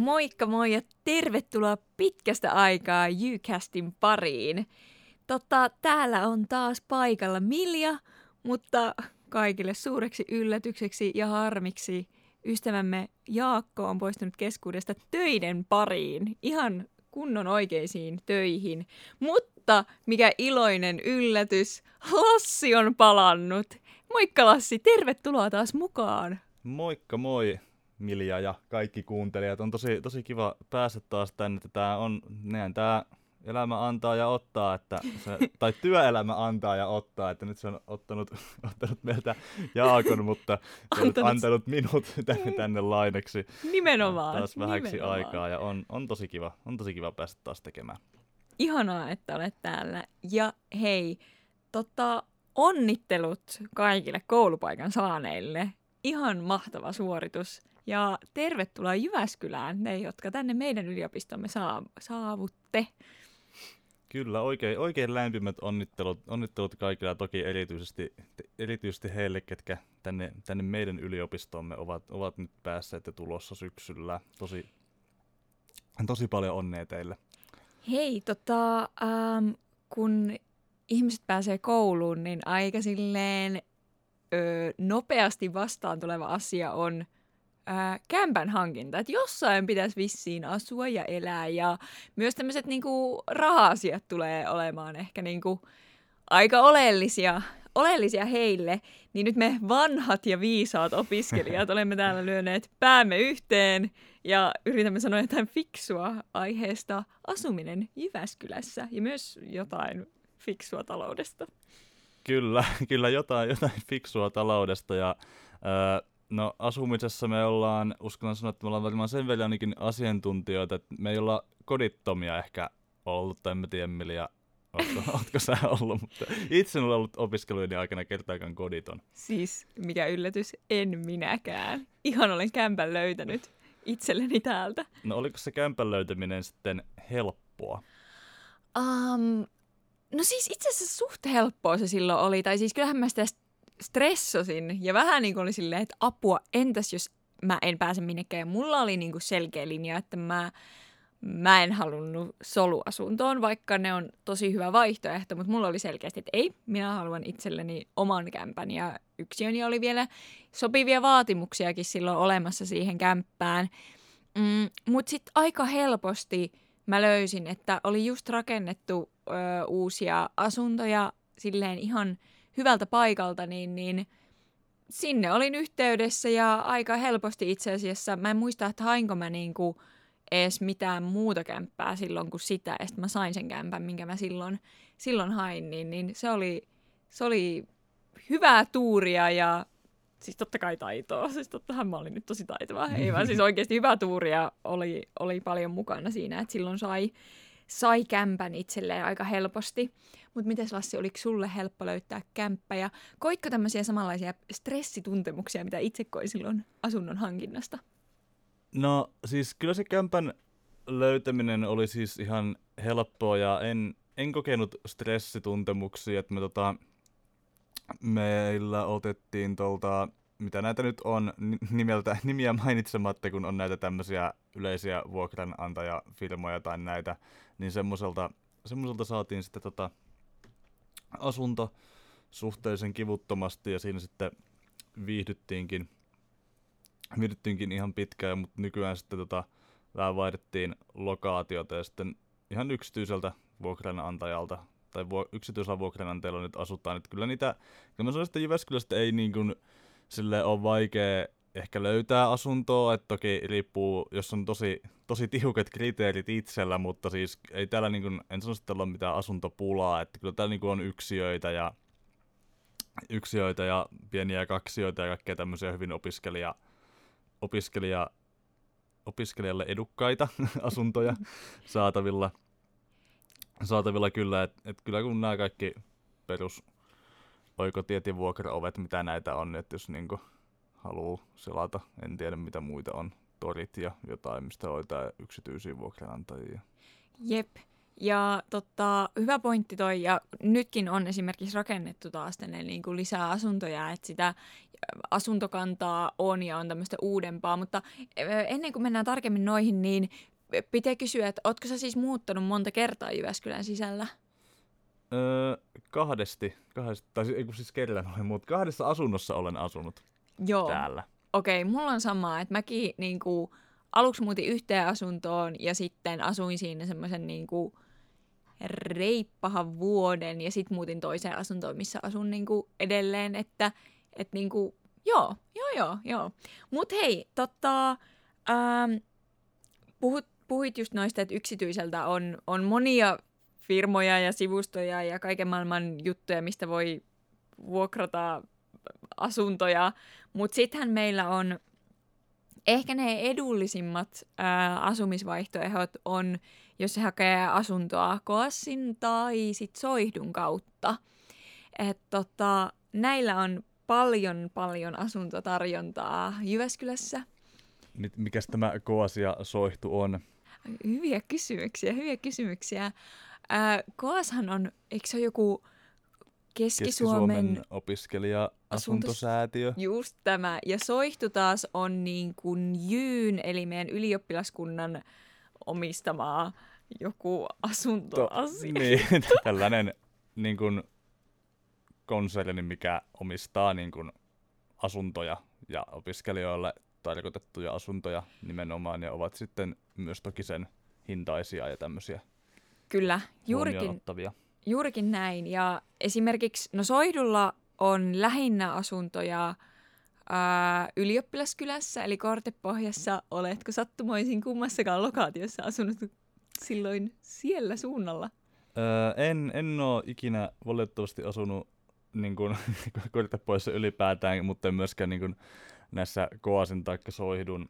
Moikka moi ja tervetuloa pitkästä aikaa Ucastin pariin. Täällä on taas paikalla Milja, mutta kaikille suureksi yllätykseksi ja harmiksi ystävämme Jaakko on poistunut keskuudesta töiden pariin, ihan kunnon oikeisiin töihin. Mutta mikä iloinen yllätys, Lassi on palannut. Moikka Lassi, tervetuloa taas mukaan. Moikka moi Milja ja kaikki kuuntelijat. On tosi kiva päästä taas tänne. Tää elämä antaa ja ottaa, tai työelämä antaa ja ottaa, että nyt se on ottanut meiltä Jaakon, mutta antanut minut tänne laineksi. Nimenomaan. Taas vähäksi aikaa ja on tosi kiva päästä taas tekemään. Ihanaa, että olet täällä. Ja hei, onnittelut kaikille koulupaikan saaneille. Ihan mahtava suoritus. Ja tervetuloa Jyväskylään, ne jotka tänne meidän yliopistomme saavutte. Kyllä, oikein lämpimät onnittelut kaikille ja toki erityisesti heille, ketkä tänne meidän yliopistomme ovat nyt päässeet ja tulossa syksyllä. Tosi paljon onnea teille. Hei, kun ihmiset pääsee kouluun, niin aika silleen nopeasti vastaan tuleva asia on kämpän hankinta. Että jossain pitäisi vissiin asua ja elää ja myös tämmöiset niinku raha-asiat tulee olemaan ehkä niinku aika oleellisia heille. Niin nyt me vanhat ja viisaat opiskelijat olemme täällä lyöneet päämme yhteen ja yritämme sanoa jotain fiksua aiheesta asuminen Jyväskylässä ja myös jotain fiksua taloudesta. Kyllä jotain fiksua taloudesta ja no asumisessa me uskallan sanoa, että me ollaan varmaan sen verran ainakin asiantuntijoita, että me ei olla kodittomia ehkä ollut, tai en tiedä Milja, ootko sä ollut, mutta itse en ole ollut opiskeluiden aikana kertaakaan koditon. Siis mikä yllätys, en minäkään. Ihan olen kämpän löytänyt itselleni täältä. No oliko se kämpän löytäminen sitten helppoa? No siis itse asiassa suht helppoa se silloin oli, tai siis kyllähän mä sitä stressasin ja vähän niin kuin oli silleen, että apua, entäs jos mä en pääse minnekään. Ja mulla oli niin kuin selkeä linja, että mä en halunnut soluasuntoon, vaikka ne on tosi hyvä vaihtoehto, mutta mulla oli selkeästi, että ei, minä haluan itselleni oman kämpän ja yksiön ja oli vielä sopivia vaatimuksiakin silloin olemassa siihen kämppään. Mutta sitten aika helposti mä löysin, että oli just rakennettu uusia asuntoja silleen ihan hyvältä paikalta, niin sinne olin yhteydessä ja aika helposti itse asiassa. Mä en muista, että hainko mä niinku edes mitään muuta kämppää silloin kuin sitä, ja sitten mä sain sen kämpän, minkä mä silloin hain, niin se oli hyvää tuuria ja siis totta kai taitoa, siis tottahan mä olin nyt tosi taitava, ei vaan siis oikeasti hyvää tuuria oli paljon mukana siinä, että silloin sai kämpän itselleen aika helposti. Mutta mites Lassi, oliko sulle helppo löytää kämppä ja koitko tämmöisiä samanlaisia stressituntemuksia, mitä itse koin silloin asunnon hankinnasta? No siis kyllä se kämpän löytäminen oli siis ihan helppoa ja en kokenut stressituntemuksia, että meillä otettiin mitä näitä nyt on, nimiä mainitsematta, kun on näitä tämmöisiä yleisiä vuokranantajafirmoja tai näitä, niin semmoiselta saatiin sitten asunto suhteellisen kivuttomasti ja siinä sitten viihdyttiinkin ihan pitkään, mutta nykyään sitten vähän vaihdettiin lokaatiota ja sitten ihan yksityiseltä vuokranantajalta tai yksityisellä vuokranantajalla nyt asutaan. Että kyllä mä sanoisin, että Jyväskylästä ei niin kuin sille ole vaikea ehkä löytää asuntoa, että toki riippuu, jos on tosi tiukat kriteerit itsellä, mutta siis ei täällä niin kuin, en sanoisi, että täällä on mitään asuntopulaa, että kyllä täällä niin kuin on yksiöitä ja pieniä kaksioita ja kaikkea tämmöisiä hyvin opiskelijalle edukkaita asuntoja saatavilla kyllä, että kyllä kun nämä kaikki perus oikotiet ja vuokraovet, mitä näitä on, että jos niinku haluaa selata, en tiedä mitä muita on, torit ja jotain, mistä hoitaa yksityisiä vuokranantajia. Jep. Ja hyvä pointti toi, ja nytkin on esimerkiksi rakennettu taas tänne niin kuin lisää asuntoja, että sitä asuntokantaa on ja on tämmöistä uudempaa, mutta ennen kuin mennään tarkemmin noihin, niin pitää kysyä, että ootko sä siis muuttanut monta kertaa Jyväskylän sisällä? Kahdesti, tai siis kerran olen, mutta 2 asunnossa olen asunut Joo. täällä. Okei, mulla on sama, että mäkin niinku, aluksi muutin yhteen asuntoon ja sitten asuin siinä semmoisen niinku, reippahan vuoden ja sitten muutin toiseen asuntoon, missä asun niinku, edelleen, että niinku, joo. Mut hei, puhuit just noista, että yksityiseltä on monia firmoja ja sivustoja ja kaiken maailman juttuja, mistä voi vuokrata asuntoja, mutta sittenhän meillä on ehkä ne edullisimmat asumisvaihtoehdot on, jos se hakee asuntoa KOASin tai sit Soihdun kautta. Näillä on paljon asuntotarjontaa Jyväskylässä. Mikäs tämä KOAS ja Soihtu on? Hyviä kysymyksiä. KOAShan on, eikö se ole joku Keski-Suomen opiskelija-asuntosäätiö? Just tämä. Ja Soihtu taas on niin kuin Jyyn, eli meidän ylioppilaskunnan omistamaa joku asuntoasia. Niin, tällainen niin kuin konserni, mikä omistaa niin kuin asuntoja ja opiskelijoille tarkoitettuja asuntoja nimenomaan, ja ovat sitten myös toki sen hintaisia ja tämmöisiä. Kyllä, juurikin näin. Ja esimerkiksi Soihdulla on lähinnä asuntoja Ylioppilaskylässä, eli Kortepohjassa. Oletko sattumoisin kummassakaan lokaatiossa asunut silloin siellä suunnalla? En ole ikinä valitettavasti asunut niin kuin, Kortepohjassa ylipäätään, mutta en myöskään niin kuin, näissä KOASin tai Soihdun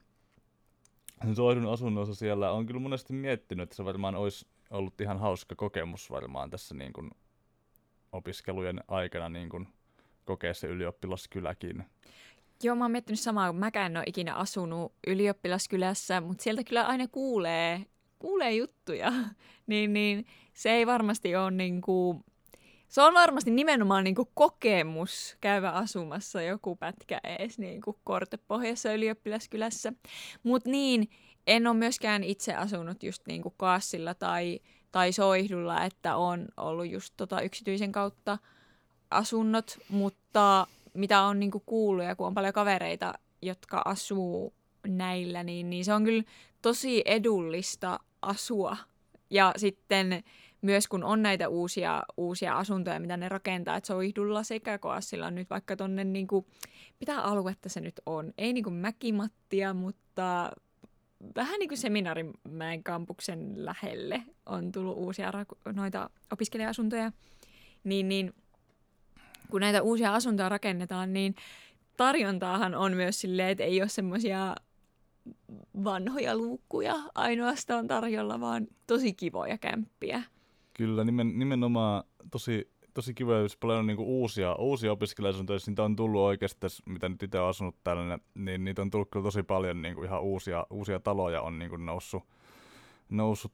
asunnoissa siellä. On kyllä monesti miettinyt, että se varmaan olisi ollut ihan hauska kokemus varmaan tässä niin kuin opiskelujen aikana niin kuin kokea se ylioppilaskyläkin. Joo, mä oon miettinyt samaa, kun mäkään en ole ikinä asunut Ylioppilaskylässä, mutta sieltä kyllä aina kuulee juttuja. niin se ei varmasti ole niinku, se on varmasti nimenomaan niinku kokemus käydä asumassa joku pätkä ees niinku Kortepohjassa Ylioppilaskylässä. Mutta niin, en ole myöskään itse asunut just niinku KOASilla tai Soihdulla, että on ollut just yksityisen kautta asunnot, mutta mitä on niinku kuullut ja kun on paljon kavereita, jotka asuu näillä, niin se on kyllä tosi edullista asua. Ja sitten myös kun on näitä uusia asuntoja, mitä ne rakentaa, että Soihdulla sekä KOASilla on nyt vaikka tonne, niinku, mitä aluetta se nyt on? Ei niinku Mäkimattia, mutta vähän niin kuin Seminaarimäen kampuksen lähelle on tullut uusia noita opiskelija-asuntoja. Niin kun näitä uusia asuntoja rakennetaan, niin tarjontaahan on myös silleen, että ei ole semmoisia vanhoja luukkuja ainoastaan tarjolla, vaan tosi kivoja kämppiä. Kyllä, nimenomaan tosi kivoja, jos paljon on niinku uusia opiskelija-asuntoja, niitä on tullut oikeasti, mitä nyt itse olen asunut täällä, niin niitä on tullut kyllä tosi paljon, niinku ihan uusia taloja on niinku noussut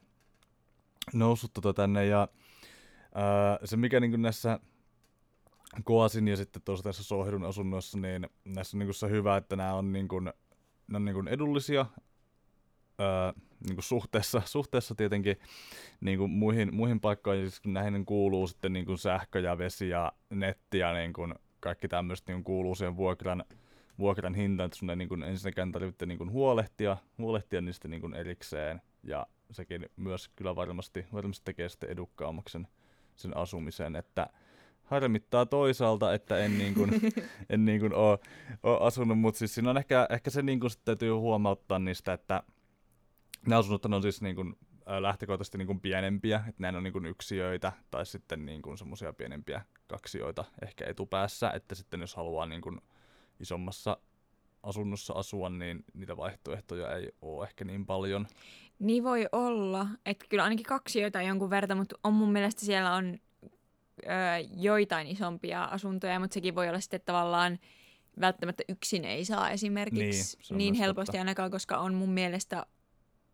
tänne, ja se mikä niinku näissä KOASin ja sitten tuossa tässä Soihdun asunnoissa, niin näissä on niinku se hyvä, että nämä on niinku edullisia, niinku suhteessa tietenkin niinku muihin paikkoihin, siis kun näihin kuuluu sitten niinku sähkö ja vesi ja netti ja niinku kaikki tämmöiset niinku kuuluu siihen vuokran hintaan, että sun ei niinku ensinnäkään tarvitse niinku huolehtia niistä niinku erikseen, ja sekin myös kyllä varmasti tekee sitten edukkaammaksi sen asumisen, että harmittaa toisaalta, että en ole asunut, mutta siis siinä on ehkä se niinku täytyy huomauttaa niistä, että nämä asunnot on siis niinku lähtökohtaisesti niinku pienempiä, että nämä on niinku yksiöitä tai sitten niinku semmoisia pienempiä kaksioita ehkä etupäässä, että sitten jos haluaa niinku isommassa asunnossa asua, niin niitä vaihtoehtoja ei ole ehkä niin paljon. Niin voi olla, että kyllä ainakin kaksioita jonkun verran, mutta on mun mielestä siellä on joitain isompia asuntoja, mutta sekin voi olla sitten tavallaan välttämättä yksin ei saa esimerkiksi niin helposti ainakaan, koska on mun mielestä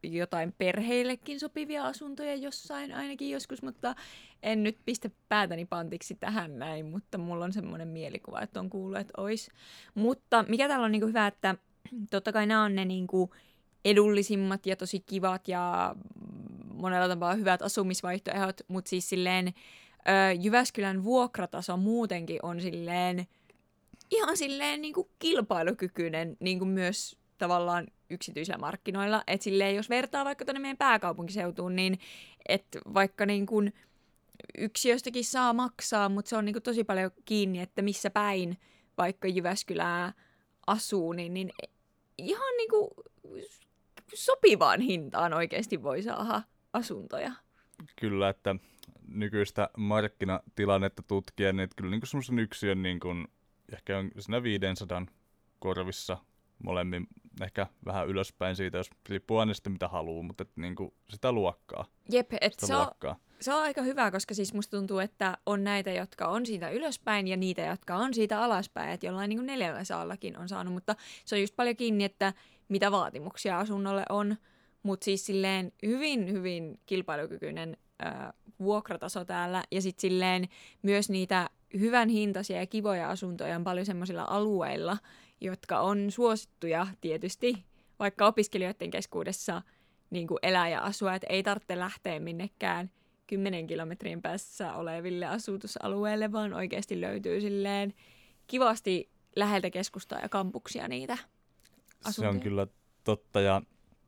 jotain perheillekin sopivia asuntoja jossain ainakin joskus, mutta en nyt pistä päätäni pantiksi tähän näin, mutta mulla on semmoinen mielikuva, että on kuullut, että ois. Mutta mikä täällä on niinku hyvä, että totta kai nämä on ne niinku edullisimmat ja tosi kivat ja monella tapaa hyvät asumisvaihtoehdot, mutta siis silleen Jyväskylän vuokrataso muutenkin on silleen ihan silleen niinku kilpailukykyinen niinku myös tavallaan yksityisillä markkinoilla. Että silleen jos vertaa vaikka tuonne meidän pääkaupunkiseutuun, niin että vaikka niinku yksiöstäkin saa maksaa, mutta se on niinku tosi paljon kiinni, että missä päin vaikka Jyväskylää asuu, niin ihan niinku sopivaan hintaan oikeasti voi saada asuntoja. Kyllä, että nykyistä markkinatilannetta tutkien, niin kyllä niin semmoisen yksiön niin kuin, ehkä on siinä 500 korvissa molemmin, ehkä vähän ylöspäin siitä, jos riippuu aina sitten mitä haluaa, mutta että, niin kuin, sitä luokkaa. Jep, että se on aika hyvä, koska siis musta tuntuu, että on näitä, jotka on siitä ylöspäin ja niitä, jotka on siitä alaspäin, että jollain niin kuin 400:llakin on saanut, mutta se on just paljon kiinni, että mitä vaatimuksia asunnolle on, mutta siis silleen hyvin, hyvin kilpailukykyinen vuokrataso täällä ja sitten silleen myös niitä hyvän hintaisia ja kivoja asuntoja on paljon semmoisilla alueilla, jotka on suosittuja tietysti vaikka opiskelijoiden keskuudessa niin kuin elää ja asua, että ei tarvitse lähteä minnekään 10 kilometrin päässä oleville asutusalueille, vaan oikeasti löytyy silleen kivasti läheltä keskustaa ja kampuksia niitä asuntoja. Se on kyllä totta ja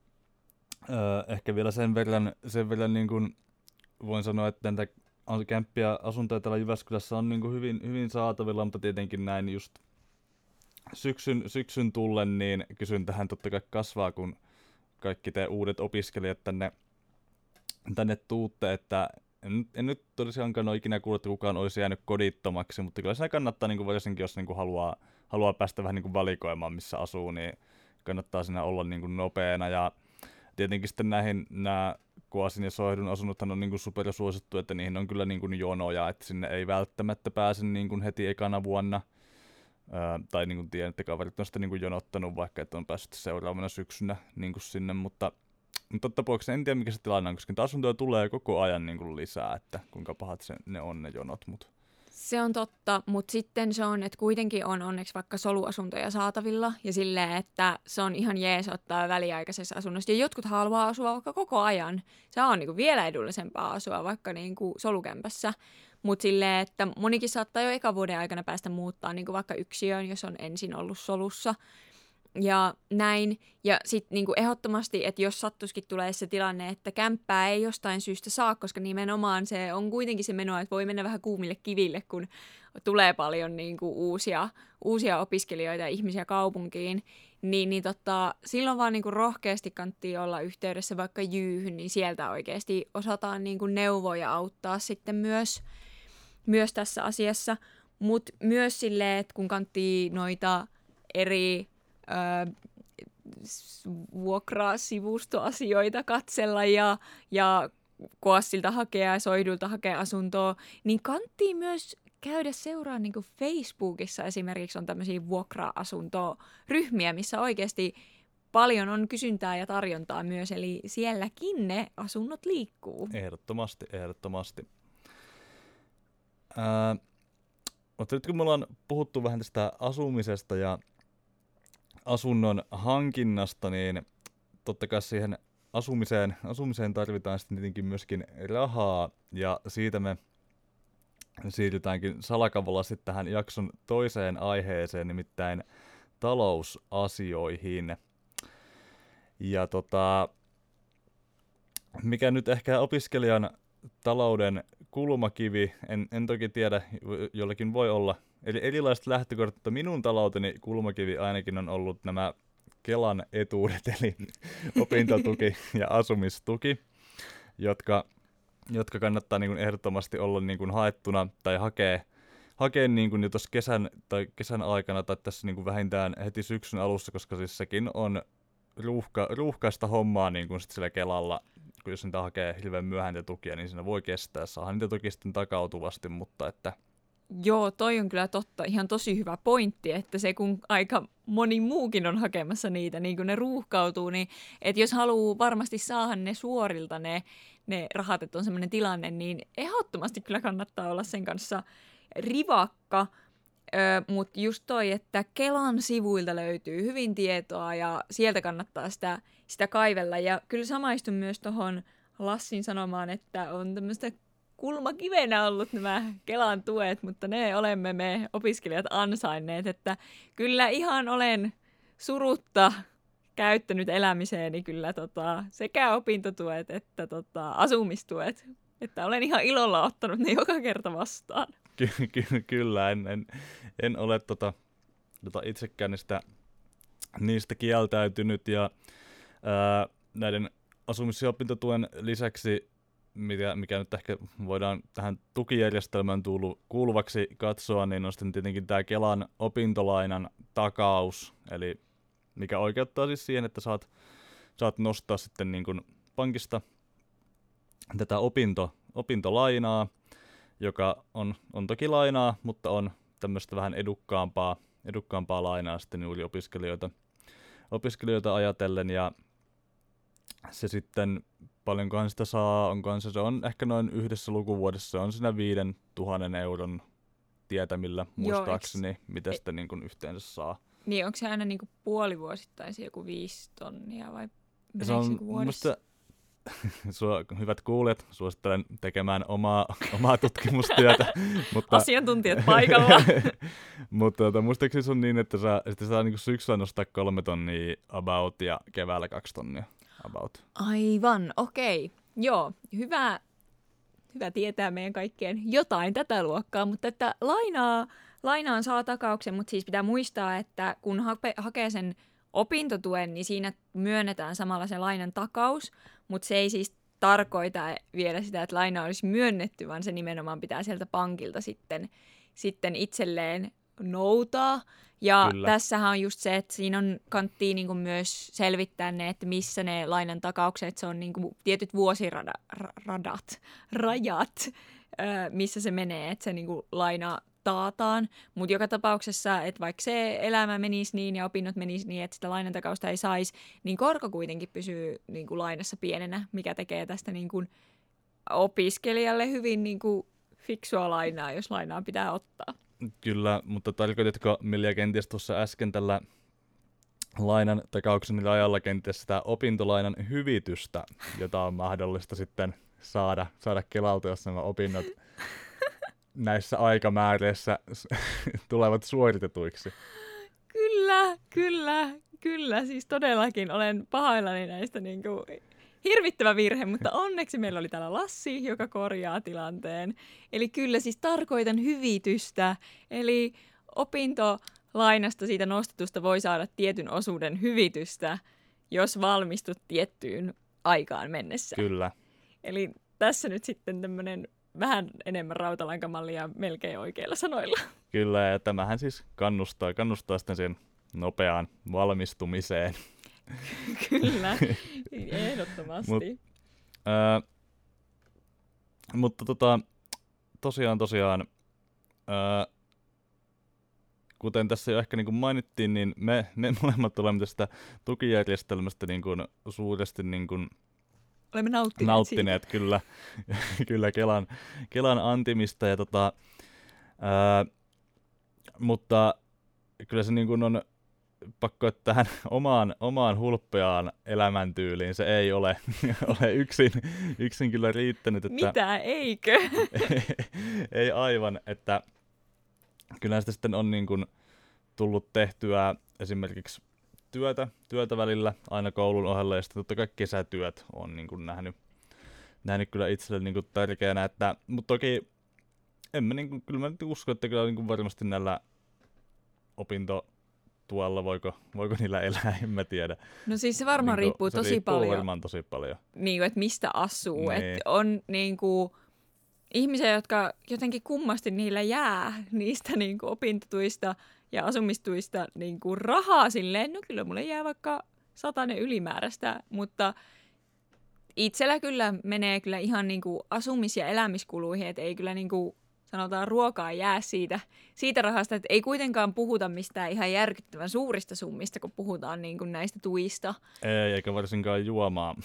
ehkä vielä sen verran niin kuin voin sanoa, että näitä kämppiä asuntoja täällä Jyväskylässä on niin kuin hyvin saatavilla, mutta tietenkin näin just syksyn tullen, niin kysyntähän totta kai kasvaa, kun kaikki te uudet opiskelijat tänne tuutte, että en nyt tosiaankaan ole ikinä kuullut, että kukaan olisi jäänyt kodittomaksi, mutta kyllä se kannattaa, niin kuin varsinkin jos niin kuin haluaa päästä vähän niin kuin valikoimaan, missä asuu, niin kannattaa siinä olla niin kuin nopeana ja tietenkin sitten nämä Kuosin ja Soihdun asunnothan on niin kuin supersuosittu, että niihin on kyllä niin kuin jonoja, että sinne ei välttämättä pääse niin kuin heti ekana vuonna. Tai niin kuin tiedän, että kaverit on sitä niin kuin jonottanut, vaikka et on päässyt seuraavana syksynä niin kuin sinne, mutta totta tapauksessa en tiedä mikä se tilanne on, koska niitä asuntoja tulee koko ajan niin kuin lisää, että kuinka pahat ne on ne jonot. Se on totta, mutta sitten se on, että kuitenkin on onneksi vaikka soluasuntoja saatavilla ja silleen, että se on ihan jees ottaa väliaikaisessa asunnossa. Ja jotkut haluaa asua vaikka koko ajan. Se on niinku vielä edullisempaa asua vaikka niinku solukämpässä. Mutta silleen, että monikin saattaa jo eka vuoden aikana päästä muuttaa niinku vaikka yksiöön, jos on ensin ollut solussa. Ja näin. Ja sitten niinku ehdottomasti, että jos sattuisikin tulee se tilanne, että kämppää ei jostain syystä saa, koska nimenomaan se on kuitenkin se meno, että voi mennä vähän kuumille kiville, kun tulee paljon niinku uusia opiskelijoita ja ihmisiä kaupunkiin, niin silloin vaan niinku rohkeasti kannattaa olla yhteydessä vaikka Jyyhyn, niin sieltä oikeasti osataan niinku neuvoa ja auttaa sitten myös tässä asiassa. Mutta myös silleen, että kun kannattaa noita eri vuokrasivustoasioita katsella ja Koassilta hakea ja Soihdulta hakea asuntoa, niin kannattaa myös käydä seuraamaan niin kuin Facebookissa esimerkiksi on tämmöisiä vuokra-asuntoryhmiä, missä oikeasti paljon on kysyntää ja tarjontaa myös, eli sielläkin ne asunnot liikkuu. Ehdottomasti. Mutta nyt kun me ollaan puhuttu vähän tästä asumisesta ja asunnon hankinnasta, niin totta kai siihen asumiseen tarvitaan sitten tietenkin myöskin rahaa, ja siitä me siirrytäänkin salakavalla sitten tähän jakson toiseen aiheeseen, nimittäin talousasioihin. Ja mikä nyt ehkä opiskelijan talouden kulmakivi, en toki tiedä, jollakin voi olla eli erilaiset lähtökohdat, mutta minun talouteni kulmakivi ainakin on ollut nämä Kelan etuudet, eli opintotuki ja asumistuki, jotka kannattaa niin kuin ehdottomasti olla niin kuin haettuna tai hakea niin kuin jo tuossa kesän aikana tai tässä niin kuin vähintään heti syksyn alussa, koska siis sekin on ruuhkaista hommaa niin kuin sit sillä Kelalla, kun jos niitä hakee hirveän myöhään niitä tukia, niin siinä voi kestää. Saahan niitä toki sitten takautuvasti, mutta että Joo, toi on kyllä totta. Ihan tosi hyvä pointti, että se kun aika moni muukin on hakemassa niitä, niin kun ne ruuhkautuu, niin että jos haluaa varmasti saada ne suorilta ne rahat, että on sellainen tilanne, niin ehdottomasti kyllä kannattaa olla sen kanssa rivakka. Mutta just toi, että Kelan sivuilta löytyy hyvin tietoa ja sieltä kannattaa sitä kaivella. Ja kyllä samaistun myös tuohon Lassin sanomaan, että on tämmöistä kulmakivenä ollut nämä Kelan tuet, mutta ne olemme me opiskelijat ansainneet, että kyllä ihan olen surutta käyttänyt elämiseeni kyllä sekä opintotuet että asumistuet, että olen ihan ilolla ottanut ne joka kerta vastaan. Kyllä, en ole itsekään niistä kieltäytynyt ja näiden asumis- ja opintotuen lisäksi, mikä nyt ehkä voidaan tähän tukijärjestelmään kuuluvaksi katsoa, niin on sitten tietenkin tämä Kelan opintolainan takaus, eli mikä oikeuttaa siis siihen, että saat nostaa sitten niin kuin pankista tätä opintolainaa, joka on toki lainaa, mutta on tämmöistä vähän edukkaampaa lainaa sitten juuri opiskelijoita ajatellen, ja se sitten, paljonkohan sitä saa, se on ehkä noin yhdessä lukuvuodessa, on siinä 5 000 euron tietämillä muistaakseni, mitä sitä niin kuin yhteensä saa. Niin, onko se aina niin kuin puolivuosittain se joku 5 tonnia vai se on vuodessa? Hyvät kuulijat, suosittelen tekemään omaa tutkimustyötä. Mutta, asiantuntijat paikalla. Mutta muistaakseni se on niin, että sitä saa niin syksyllä nostaa 3 tonnia about ja keväällä 2 tonnia about. Aivan, okei. Joo, hyvä tietää meidän kaikkien jotain tätä luokkaa, mutta että lainaan saa takauksen, mutta siis pitää muistaa, että kun hakee sen opintotuen, niin siinä myönnetään samalla se lainan takaus, mutta se ei siis tarkoita vielä sitä, että laina olisi myönnetty, vaan se nimenomaan pitää sieltä pankilta sitten itselleen noutaa. Ja kyllä. Tässähän on just se, että siinä on kanttia niin kuin myös selvittää ne, että missä ne lainan takaukset, se on niin kuin tietyt vuosirajat, missä se menee, että se niin kuin laina taataan, mutta joka tapauksessa, että vaikka se elämä menisi niin ja opinnot menisi niin, että sitä lainantakausta ei saisi, niin korko kuitenkin pysyy niin kuin lainassa pienenä, mikä tekee tästä niin kuin opiskelijalle hyvin niin kuin fiksua lainaa, jos lainaa pitää ottaa. Kyllä, mutta tarkoititko Milja kenties tuossa äsken tällä lainan takauksen ajalla kenties sitä opintolainan hyvitystä, jota on mahdollista sitten saada Kelalta, jos nämä opinnot näissä aikamääreissä tulevat suoritetuiksi? Kyllä. Siis todellakin olen pahoillani näistä niin kuin hirvittävä virhe, mutta onneksi meillä oli täällä Lassi, joka korjaa tilanteen. Eli kyllä siis tarkoitan hyvitystä. Eli opintolainasta siitä nostetusta voi saada tietyn osuuden hyvitystä, jos valmistut tiettyyn aikaan mennessä. Kyllä. Eli tässä nyt sitten tämmöinen vähän enemmän rautalankamallia melkein oikeilla sanoilla. Kyllä, ja tämähän siis kannustaa sitten sen nopeaan valmistumiseen. Kyllä, ehdottomasti. Mutta tosiaan, kuten tässä jo ehkä niin kuin mainittiin, niin me molemmat olemme tästä tukijärjestelmästä niin kuin suuresti niin kuin olemme nauttineet kyllä Kelan antimista. Ja mutta kyllä se niin kuin on pakko, että tähän omaan hulppeaan elämäntyyliin se ei ole yksin kyllä riittänyt. Että mitä, eikö? ei aivan, että kyllä sitä sitten on niin kuin tullut tehtyä esimerkiksi työtä välillä aina koulun ohella, ja sitten totta kai kesätyöt on niin kuin nähnyt kyllä itselle niin kuin tärkeänä, mutta toki kyllä mä nyt usko, että kyllä niin kuin varmasti näillä opintotuella voiko niillä elää, en mä tiedä. No siis se varmaan niin riippuu tosi paljon. Varmaan tosi paljon. Niin kuin, että mistä asuu. Niin. Että on niin kuin ihmisiä, jotka jotenkin kummasti niillä jää niistä niin kuin opintotuista ja asumistuista niin kuin rahaa silleen, no kyllä mulle jää vaikka 100 ylimääräistä, mutta itsellä kyllä menee kyllä ihan niin kuin asumis- ja elämiskuluihin, että ei kyllä niin kuin sanotaan ruokaa jää siitä rahasta, että ei kuitenkaan puhuta mistään ihan järkyttävän suurista summista, kun puhutaan niin kuin näistä tuista. Ei, eikä varsinkaan juomaa.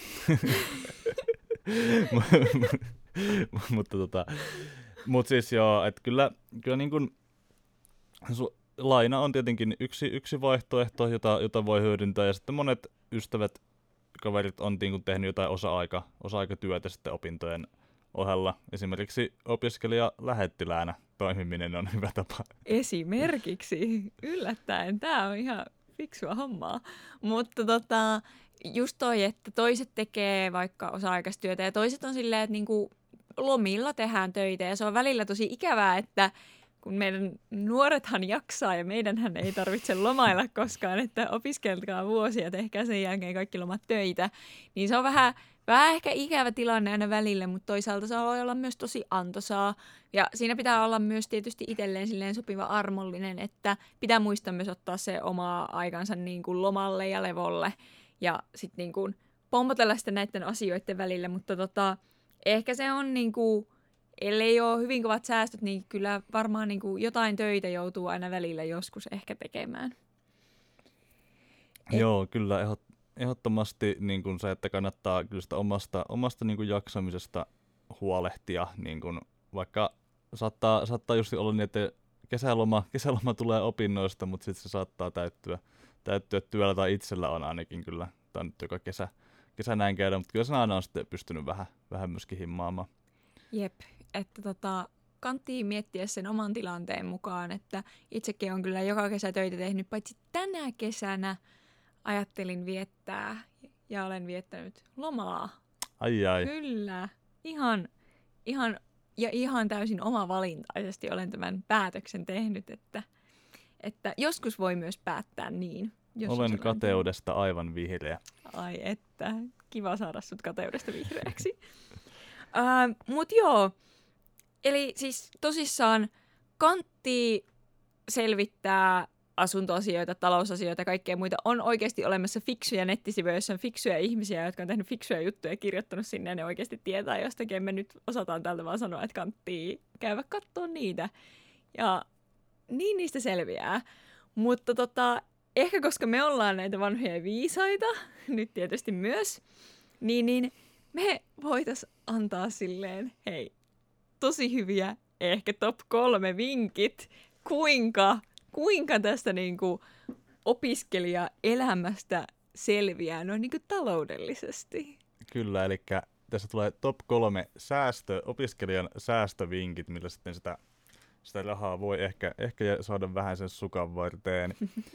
Mutta siis joo, että kyllä niin kuin laina on tietenkin yksi vaihtoehto, jota voi hyödyntää, ja sitten monet ystävät, kaverit on niin kuin tehnyt jotain osa-aikatyötä sitten opintojen ohella. Esimerkiksi opiskelijalähettiläänä toimiminen on hyvä tapa. Esimerkiksi. Yllättäen. Tämä on ihan fiksua hommaa. Mutta just toi, että toiset tekee vaikka osa-aikaistyötä ja toiset on silleen, että niinku lomilla tehdään töitä ja se on välillä tosi ikävää, että kun meidän nuorethan jaksaa ja meidänhän ei tarvitse lomailla koskaan, että opiskelkaa vuosia ja tehkää sen jälkeen kaikki lomat töitä, niin se on vähän ehkä ikävä tilanne aina välillä, mutta toisaalta se voi olla myös tosi antoisaa. Ja siinä pitää olla myös tietysti itselleen silleen sopiva armollinen, että pitää muistaa myös ottaa se oma aikansa niin kuin lomalle ja levolle ja sitten niin kuin pompotella sitten näiden asioiden välillä, mutta ehkä se on niin kuin, ellei ole hyvin kovat säästöt, niin kyllä varmaan niin kuin jotain töitä joutuu aina välillä joskus ehkä tekemään. Joo, kyllä ehdottomasti niin kuin se, että kannattaa kyllä sitä omasta niin kuin jaksamisesta huolehtia. Niin kuin, vaikka saattaa just olla niin, että kesäloma tulee opinnoista, mutta sitten se saattaa täyttyä työllä tai itsellä on ainakin kyllä. Tämä on nyt joka kesä näin käydä, mutta kyllä sen aina on sitten pystynyt vähän myöskin himmaamaan. Jep, että kannattaa miettiä sen oman tilanteen mukaan, että itsekin on kyllä joka kesä töitä tehnyt, paitsi tänä kesänä ajattelin viettää ja olen viettänyt lomaa. Ai. Kyllä, ihan täysin omavalintaisesti olen tämän päätöksen tehnyt, että joskus voi myös päättää niin. Olen kateudesta aivan vihreä. Ai että, kiva saada sut kateudesta vihreäksi. Mut joo, eli siis tosissaan kantti selvittää asuntoasioita, talousasioita ja kaikkea muita. On oikeasti olemassa fiksuja nettisivuja, joissa on fiksuja ihmisiä, jotka on tehnyt fiksuja juttuja ja kirjoittanut sinne ja ne oikeasti tietää jostakin. Me nyt osataan tältä vaan sanoa, että kannattaa käydä katsoa niitä. Ja niin niistä selviää. Mutta ehkä koska me ollaan näitä vanhoja viisaita, nyt tietysti myös, niin me voitaisiin antaa silleen, hei, tosi hyviä, ehkä top 3 vinkit, kuinka tästä niinku opiskelijaelämästä selviää noin niinku taloudellisesti. Kyllä, eli tässä tulee top 3 opiskelijan säästövinkit, millä sitten sitä rahaa voi ehkä saada vähän sen sukan varteen.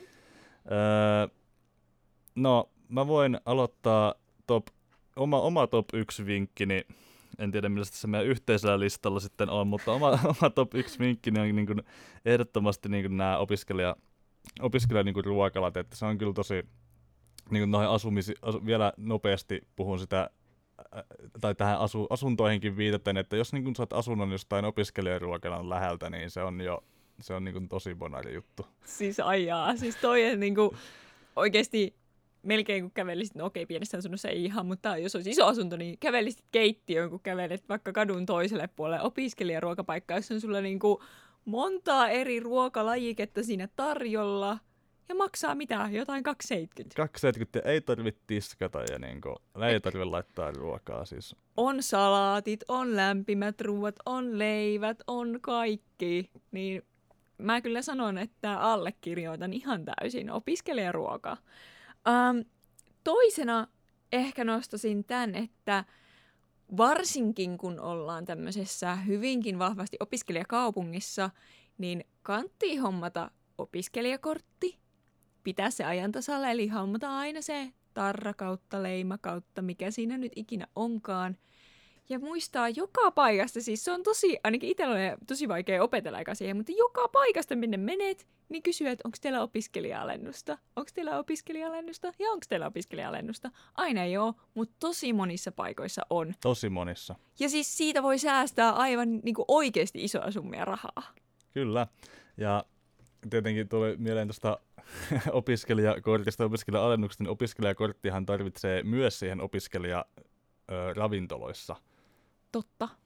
No, mä voin aloittaa oma top 1 vinkkini. En tiedä, millaista se meidän yhteisellä listalla sitten on, mutta oma top 1 vinkkini on niin kuin ehdottomasti niin kuin nämä opiskelija niin kuin ruokalat. Että se on kyllä tosi, niin kuin noihin vielä nopeasti puhun sitä, tai tähän asuntoihinkin viitaten, että jos niin kuin saat asunnon jostain opiskelijaruokalan läheltä, niin se on niin kuin tosi bonari juttu. Siis ajaa, siis toi on niin kuin oikeasti melkein kun kävelisit, no okei, pienessä asunnossa ei ihan, mutta jos olisi iso asunto, niin kävelisit keittiöön, kun kävelet vaikka kadun toiselle puolelle opiskelijaruokapaikkaa, jossa on sulla niin kuin montaa eri ruokalajiketta siinä tarjolla ja maksaa mitä? Jotain 2,70. 2,70 ei tarvitse tiskata ja ei tarvitse laittaa ruokaa siis. On salaatit, on lämpimät ruuat, on leivät, on kaikki. Niin mä kyllä sanon, että allekirjoitan ihan täysin opiskelijaruoka. Toisena ehkä nostasin tämän, että varsinkin kun ollaan tämmöisessä hyvinkin vahvasti opiskelijakaupungissa, niin kannattaa hommata opiskelijakortti, pitää se ajan tasalla, eli hommata aina se tarra kautta, leima kautta, mikä siinä nyt ikinä onkaan. Ja muistaa joka paikasta, siis se on ainakin itsellä on tosi vaikea opetella aika siihen, mutta joka paikasta minne menet, niin kysyy, että onko teillä opiskelija-alennusta? Onko teillä opiskelija-alennusta? Ja onko teillä opiskelija-alennusta? Aina ei ole, mutta tosi monissa paikoissa on. Tosi monissa. Ja siis siitä voi säästää aivan niin kuin oikeasti isoja summia rahaa. Kyllä. Ja tietenkin tuli mieleen tuosta opiskelijakortista, opiskelija-alennuksesta, niin opiskelijakorttihan tarvitsee myös siihen opiskelijaravintoloissa. Totta.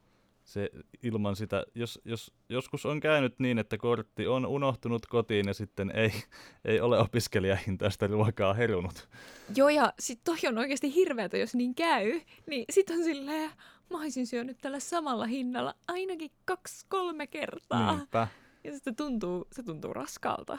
se ilman sitä, jos joskus on käynyt niin, että kortti on unohtunut kotiin ja sitten ei ole opiskelijahintaista ruokaa herunut. Joo, ja sit toi on oikeasti hirveätä, jos niin käy. Niin sit on silleen, mä olisin syönyt tällä samalla hinnalla ainakin 2-3 kertaa. Niinpä. Ja se tuntuu raskaalta.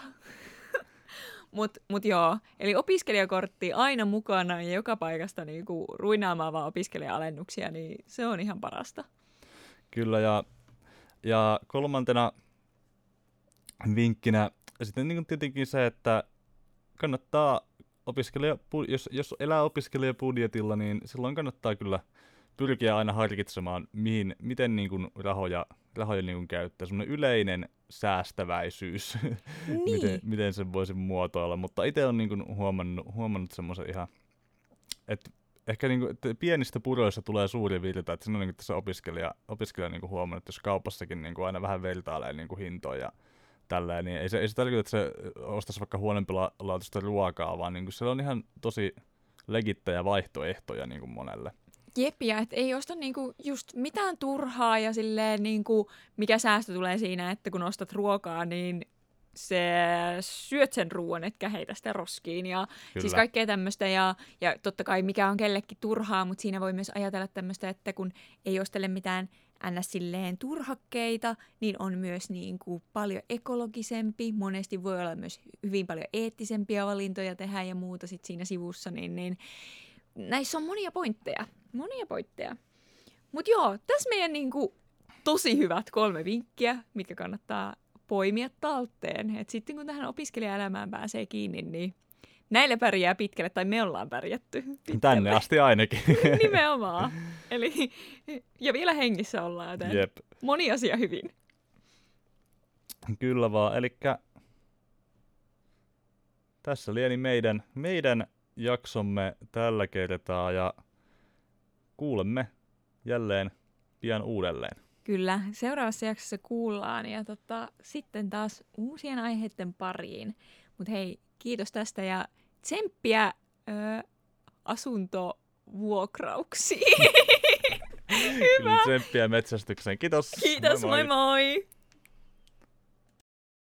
Mut joo, eli opiskelijakortti aina mukana ja joka paikasta niinku ruinaamaan vaan opiskelija-alennuksia, niin se on ihan parasta. Kyllä, ja kolmantena vinkkinä sitten niin tietenkin se, että kannattaa jos elää opiskelijabudjetilla, niin silloin kannattaa kyllä pyrkiä aina harkitsemaan, miten niin kuin rahoja niin kuin käyttää. Semmoinen yleinen säästäväisyys, Niin. miten sen voisi muotoilla. Mutta itse olen niin kuin huomannut semmoisen ihan, että ehkä niin kuin, että pienistä puroista tulee suuri virta. Että siinä on niin kuin tässä opiskelija niin kuin huomannut, että jos kaupassakin niin kuin aina vähän vertailee niin kuin hintoja ja tälleen, niin ei se tarkoita, että se ostaisi vaikka huonompilaatuista ruokaa, vaan niin kuin se on ihan tosi legittejä vaihtoehtoja niin kuin monelle. Jep, ja et ei osta niinku just mitään turhaa ja silleen niinku, mikä säästö tulee siinä, että kun ostat ruokaa, niin se syöt sen ruoan, etkä heitä sitä roskiin. Ja Kyllä. siis kaikkea tämmöistä ja totta kai mikä on kellekin turhaa, mutta siinä voi myös ajatella tämmöistä, että kun ei ostele mitään silleen turhakkeita, niin on myös niinku paljon ekologisempi. Monesti voi olla myös hyvin paljon eettisempiä valintoja tehdä ja muuta sit siinä sivussa, niin näissä on monia pointteja. Mutta joo, tässä meidän niinku tosi hyvät 3 vinkkiä, mitkä kannattaa poimia talteen. Et sitten kun tähän opiskelijaelämään pääsee kiinni, niin näillä pärjää pitkälle, tai me ollaan pärjätty pitkälle. Tänne asti ainakin. Nimenomaan. Eli, ja vielä hengissä ollaan, joten Jep. moni asia hyvin. Kyllä vaan, elikkä tässä lieni meidän jaksomme tällä kertaa ja kuulemme jälleen pian uudelleen. Kyllä, seuraavassa jaksossa kuullaan ja sitten taas uusien aiheiden pariin. Mutta hei, kiitos tästä ja tsemppiä asuntovuokrauksiin. Hyvä. Tsemppiä metsästykseen. Kiitos. Kiitos, moi moi.